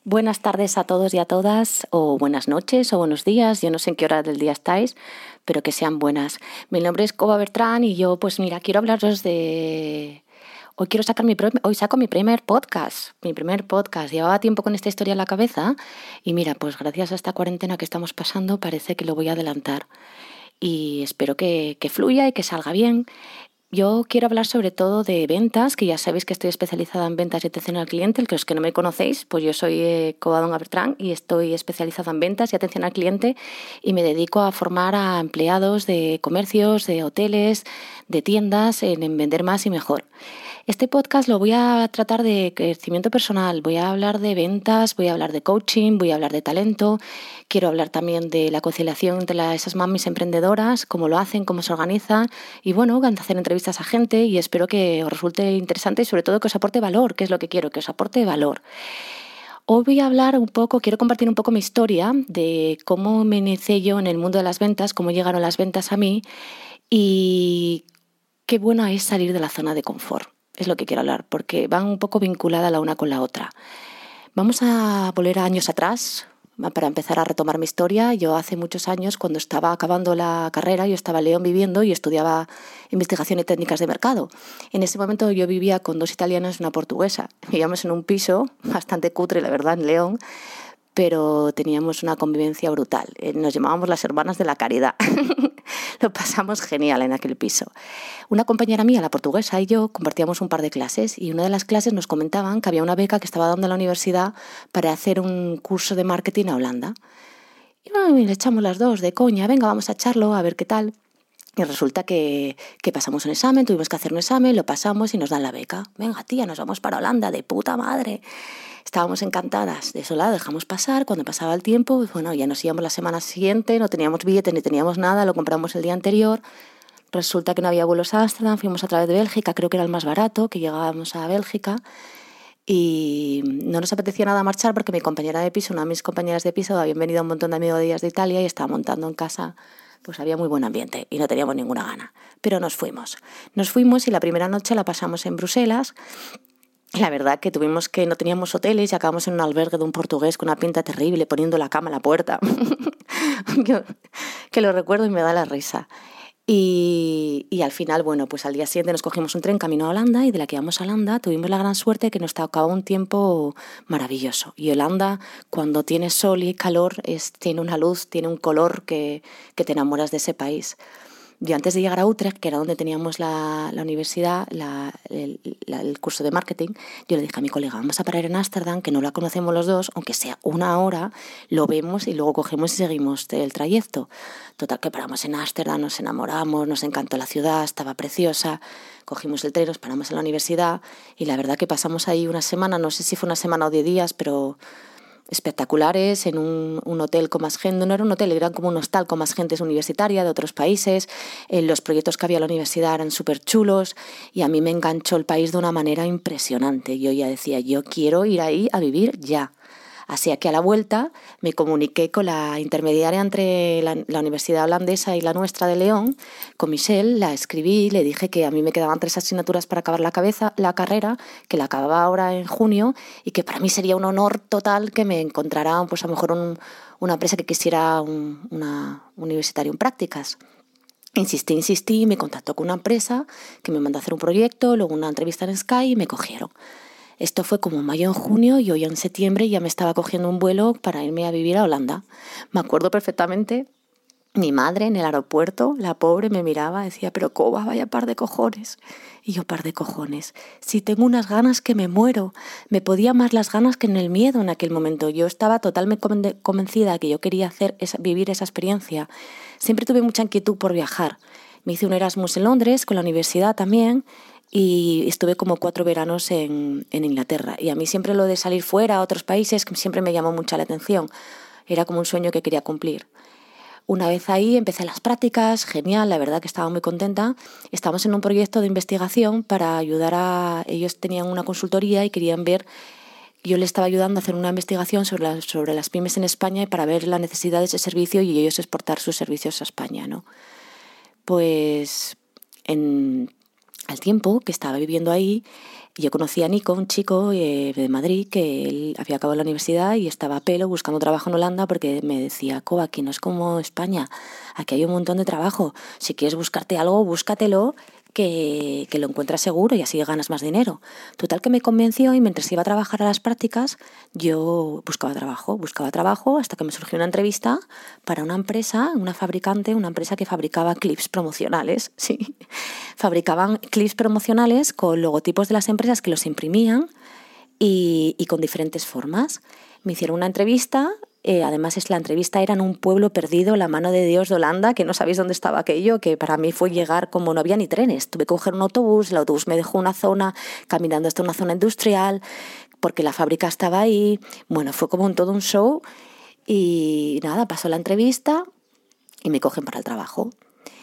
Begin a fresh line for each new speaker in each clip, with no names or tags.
Buenas tardes a todos y a todas, o buenas noches o buenos días, yo no sé en qué hora del día estáis, pero que sean buenas. Mi nombre es Coba Bertrán y yo, pues mira, quiero hablaros de... Hoy saco mi primer podcast. Llevaba tiempo con esta historia en la cabeza y mira, pues gracias a esta cuarentena que estamos pasando parece que lo voy a adelantar y espero que fluya y que salga bien. Yo quiero hablar sobre todo de ventas, que ya sabéis que estoy especializada en ventas y atención al cliente. Los que no me conocéis, pues yo soy Covadonga Bertrán y estoy especializada en ventas y atención al cliente y me dedico a formar a empleados de comercios, de hoteles, de tiendas en vender más y mejor. Este podcast lo voy a tratar de crecimiento personal, voy a hablar de ventas, voy a hablar de coaching, voy a hablar de talento, quiero hablar también de la conciliación entre esas mamis emprendedoras, cómo lo hacen, cómo se organizan y bueno, hacer entrevistas a gente y espero que os resulte interesante y sobre todo que os aporte valor, que es lo que quiero, que os aporte valor. Hoy voy a hablar un poco, quiero compartir un poco mi historia de cómo me inicié yo en el mundo de las ventas, cómo llegaron las ventas a mí y qué bueno es salir de la zona de confort. Es lo que quiero hablar, porque van un poco vinculadas la una con la otra. Vamos a volver a años atrás para empezar a retomar mi historia. Yo hace muchos años, cuando estaba acabando la carrera, yo estaba en León viviendo y estudiaba investigación y técnicas de mercado. En ese momento yo vivía con 2 italianos y una portuguesa. Vivíamos en un piso bastante cutre, la verdad, en León, pero teníamos una convivencia brutal. Nos llamábamos las hermanas de la caridad. Lo pasamos genial en aquel piso. Una compañera mía, la portuguesa, y yo compartíamos un par de clases y una de las clases nos comentaban que había una beca que estaba dando en la universidad para hacer un curso de marketing a Holanda. Y bueno, le echamos las dos de coña, venga, vamos a echarlo, a ver qué tal. Y resulta que pasamos un examen, tuvimos que hacer un examen, lo pasamos y nos dan la beca. Venga, tía, nos vamos para Holanda, de puta madre. Estábamos encantadas, de eso la dejamos pasar. Cuando pasaba el tiempo, bueno, ya nos íbamos la semana siguiente, no teníamos billetes ni teníamos nada, lo compramos el día anterior. Resulta que no había vuelos a Ámsterdam, fuimos a través de Bélgica, creo que era el más barato, que llegábamos a Bélgica. Y no nos apetecía nada marchar porque mi compañera de piso, una de mis compañeras de piso, habían venido un montón de amigos de Italia y estaba montando en casa, pues había muy buen ambiente y no teníamos ninguna gana. Pero nos fuimos y la primera noche la pasamos en Bruselas. La verdad que no teníamos hoteles y acabamos en un albergue de un portugués con una pinta terrible poniendo la cama a la puerta. que lo recuerdo y me da la risa. Y al final, bueno, pues al día siguiente nos cogimos un tren camino a Holanda y de la que íbamos a Holanda tuvimos la gran suerte que nos tocaba un tiempo maravilloso. Y Holanda, cuando tiene sol y calor, tiene una luz, tiene un color que te enamoras de ese país. Yo antes de llegar a Utrecht, que era donde teníamos la universidad, el curso de marketing, yo le dije a mi colega, vamos a parar en Ámsterdam, que no la conocemos los dos, aunque sea una hora, lo vemos y luego cogemos y seguimos el trayecto. Total, que paramos en Ámsterdam, nos enamoramos, nos encantó la ciudad, estaba preciosa, cogimos el tren, nos paramos en la universidad y la verdad que pasamos ahí una semana, no sé si fue una semana o 10 días, pero espectaculares, en un hotel con más gente. No era un hotel, era como un hostal con más gente universitaria de otros países. Los proyectos que había en la universidad eran súper chulos y a mí me enganchó el país de una manera impresionante. Yo ya decía, yo quiero ir ahí a vivir ya. Así que a la vuelta me comuniqué con la intermediaria entre la universidad holandesa y la nuestra de León, con Michelle, la escribí, le dije que a mí me quedaban 3 asignaturas para acabar la carrera, que la acababa ahora en junio y que para mí sería un honor total que me encontrara pues a lo mejor una empresa que quisiera una universitaria en prácticas. Insistí, me contactó con una empresa que me mandó a hacer un proyecto, luego una entrevista en Sky y me cogieron. Esto fue como mayo en junio y hoy en septiembre ya me estaba cogiendo un vuelo para irme a vivir a Holanda. Me acuerdo perfectamente, mi madre en el aeropuerto, la pobre me miraba, decía, pero Coba, vaya par de cojones. Y yo, par de cojones, si tengo unas ganas que me muero. Me podía más las ganas que en el miedo en aquel momento. Yo estaba totalmente convencida que yo quería vivir esa experiencia. Siempre tuve mucha inquietud por viajar. Me hice un Erasmus en Londres, con la universidad también, y estuve como 4 veranos en Inglaterra. Y a mí siempre lo de salir fuera a otros países siempre me llamó mucho la atención. Era como un sueño que quería cumplir. Una vez ahí empecé las prácticas, genial, la verdad que estaba muy contenta. Estábamos en un proyecto de investigación para ayudar ellos tenían una consultoría y querían ver, yo les estaba ayudando a hacer una investigación sobre las pymes en España y para ver la necesidad de ese servicio y ellos exportar sus servicios a España, ¿no? Pues al tiempo que estaba viviendo ahí, yo conocí a Nico, un chico de Madrid, que él había acabado la universidad y estaba a pelo buscando trabajo en Holanda, porque me decía: Coba, aquí no es como España, aquí hay un montón de trabajo, si quieres buscarte algo, búscatelo, que lo encuentras seguro y así ganas más dinero. Total, que me convenció, y mientras iba a trabajar a las prácticas yo buscaba trabajo hasta que me surgió una entrevista para una empresa, una empresa que fabricaba clips promocionales, sí. Fabricaban clips promocionales con logotipos de las empresas, que los imprimían y con diferentes formas. Me hicieron una entrevista. Además, la entrevista era en un pueblo perdido, la mano de Dios de Holanda, que no sabéis dónde estaba aquello, que para mí fue llegar como no había ni trenes. Tuve que coger un autobús, el autobús me dejó una zona, caminando hasta una zona industrial, porque la fábrica estaba ahí. Bueno, fue como todo un show. Y nada, pasó la entrevista y me cogen para el trabajo.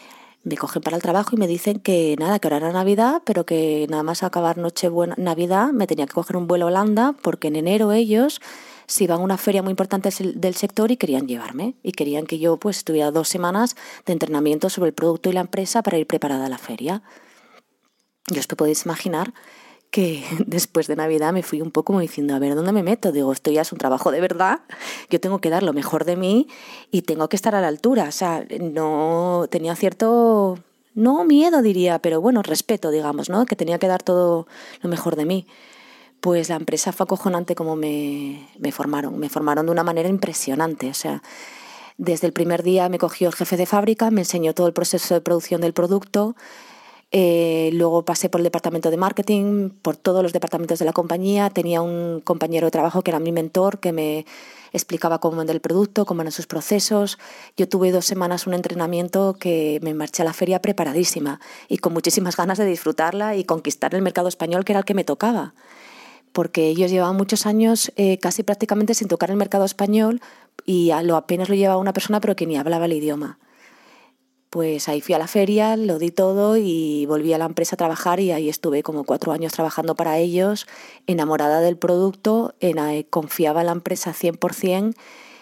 Y me dicen que nada, que ahora era Navidad, pero que nada más acabar Nochebuena, Navidad, me tenía que coger un vuelo a Holanda, porque en enero ellos se iban a una feria muy importante del sector y querían llevarme. Y querían que yo pues tuviera 2 semanas de entrenamiento sobre el producto y la empresa para ir preparada a la feria. Y os podéis imaginar que después de Navidad me fui un poco como diciendo: a ver, ¿dónde me meto? Digo, esto ya es un trabajo de verdad, yo tengo que dar lo mejor de mí y tengo que estar a la altura. O sea, no tenía cierto, no miedo diría, pero bueno, respeto, digamos, ¿no? Que tenía que dar todo lo mejor de mí. Pues la empresa fue acojonante como me formaron de una manera impresionante. O sea, desde el primer día me cogió el jefe de fábrica, me enseñó todo el proceso de producción del producto. Luego pasé por el departamento de marketing, por todos los departamentos de la compañía. Tenía un compañero de trabajo que era mi mentor, que me explicaba cómo vender el producto, cómo eran sus procesos. Yo tuve 2 semanas un entrenamiento que me marché a la feria preparadísima y con muchísimas ganas de disfrutarla y conquistar el mercado español, que era el que me tocaba. Porque ellos llevaban muchos años casi prácticamente sin tocar el mercado español, y apenas lo llevaba una persona, pero que ni hablaba el idioma. Pues ahí fui a la feria, lo di todo y volví a la empresa a trabajar, y ahí estuve como 4 años trabajando para ellos, enamorada del producto, confiaba en la empresa 100%,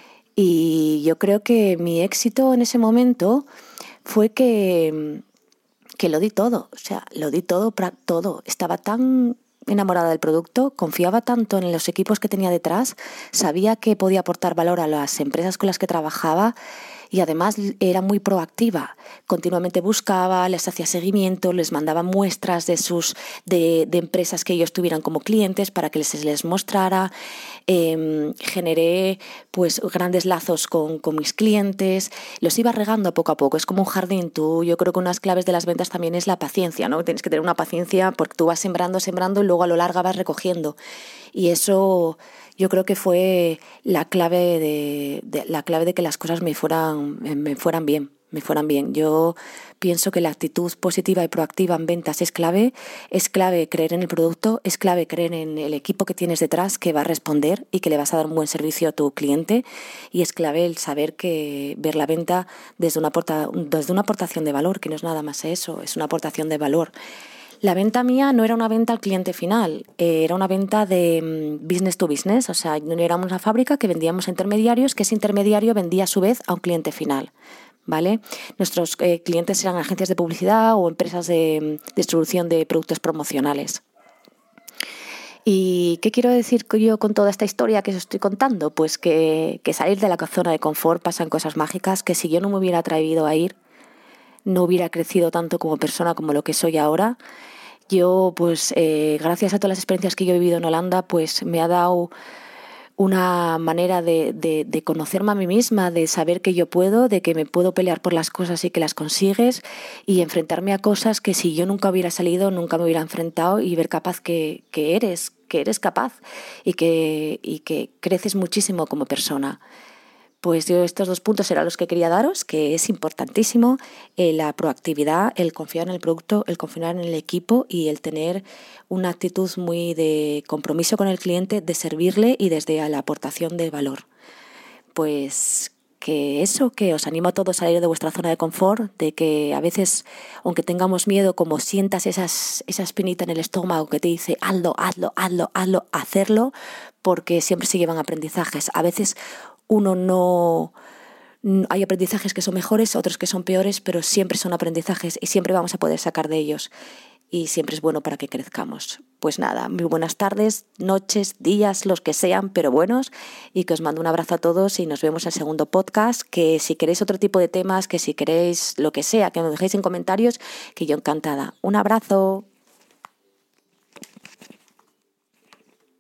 y yo creo que mi éxito en ese momento fue que lo di todo, o sea, lo di todo, todo. Estaba tan enamorada del producto, confiaba tanto en los equipos que tenía detrás, sabía que podía aportar valor a las empresas con las que trabajaba, y además era muy proactiva. Continuamente buscaba, les hacía seguimiento, les mandaba muestras de empresas que ellos tuvieran como clientes para que les mostrara. Generé pues grandes lazos con mis clientes, los iba regando poco a poco. Es como un jardín. Yo creo que unas claves de las ventas también es la paciencia, ¿no? Tienes que tener una paciencia, porque tú vas sembrando y luego a lo largo vas recogiendo. Y eso yo creo que fue la clave de que las cosas me fueran bien. Yo pienso que la actitud positiva y proactiva en ventas es clave creer en el producto, es clave creer en el equipo que tienes detrás, que va a responder y que le vas a dar un buen servicio a tu cliente, y es clave el saber ver la venta desde una aportación de valor, que no es nada más eso, es una aportación de valor. La venta mía no era una venta al cliente final, era una venta de business to business. O sea, éramos una fábrica que vendíamos a intermediarios, que ese intermediario vendía a su vez a un cliente final, ¿vale? Nuestros clientes eran agencias de publicidad o empresas de distribución de productos promocionales. ¿Y qué quiero decir yo con toda esta historia que os estoy contando? Pues que salir de la zona de confort, pasan cosas mágicas, que si yo no me hubiera atrevido a ir, no hubiera crecido tanto como persona como lo que soy ahora. Yo, pues, gracias a todas las experiencias que yo he vivido en Holanda, pues me ha dado una manera de conocerme a mí misma, de saber que yo puedo, de que me puedo pelear por las cosas y que las consigues, y enfrentarme a cosas que si yo nunca hubiera salido, nunca me hubiera enfrentado, y ver capaz que eres capaz, y que creces muchísimo como persona. Pues yo estos 2 puntos eran los que quería daros, que es importantísimo la proactividad, el confiar en el producto, el confiar en el equipo y el tener una actitud muy de compromiso con el cliente, de servirle y desde la aportación de valor. Pues que os animo a todos a salir de vuestra zona de confort, de que a veces, aunque tengamos miedo, como sientas esa espinita en el estómago que te dice hazlo, hacerlo, porque siempre se llevan aprendizajes. A veces hay aprendizajes que son mejores, otros que son peores, pero siempre son aprendizajes y siempre vamos a poder sacar de ellos. y siempre es bueno para que crezcamos. Pues nada, muy buenas tardes, noches, días, los que sean, pero buenos, y que os mando un abrazo a todos y nos vemos en el segundo podcast, que si queréis otro tipo de temas, que si queréis lo que sea, que me dejéis en comentarios, que yo encantada. Un abrazo.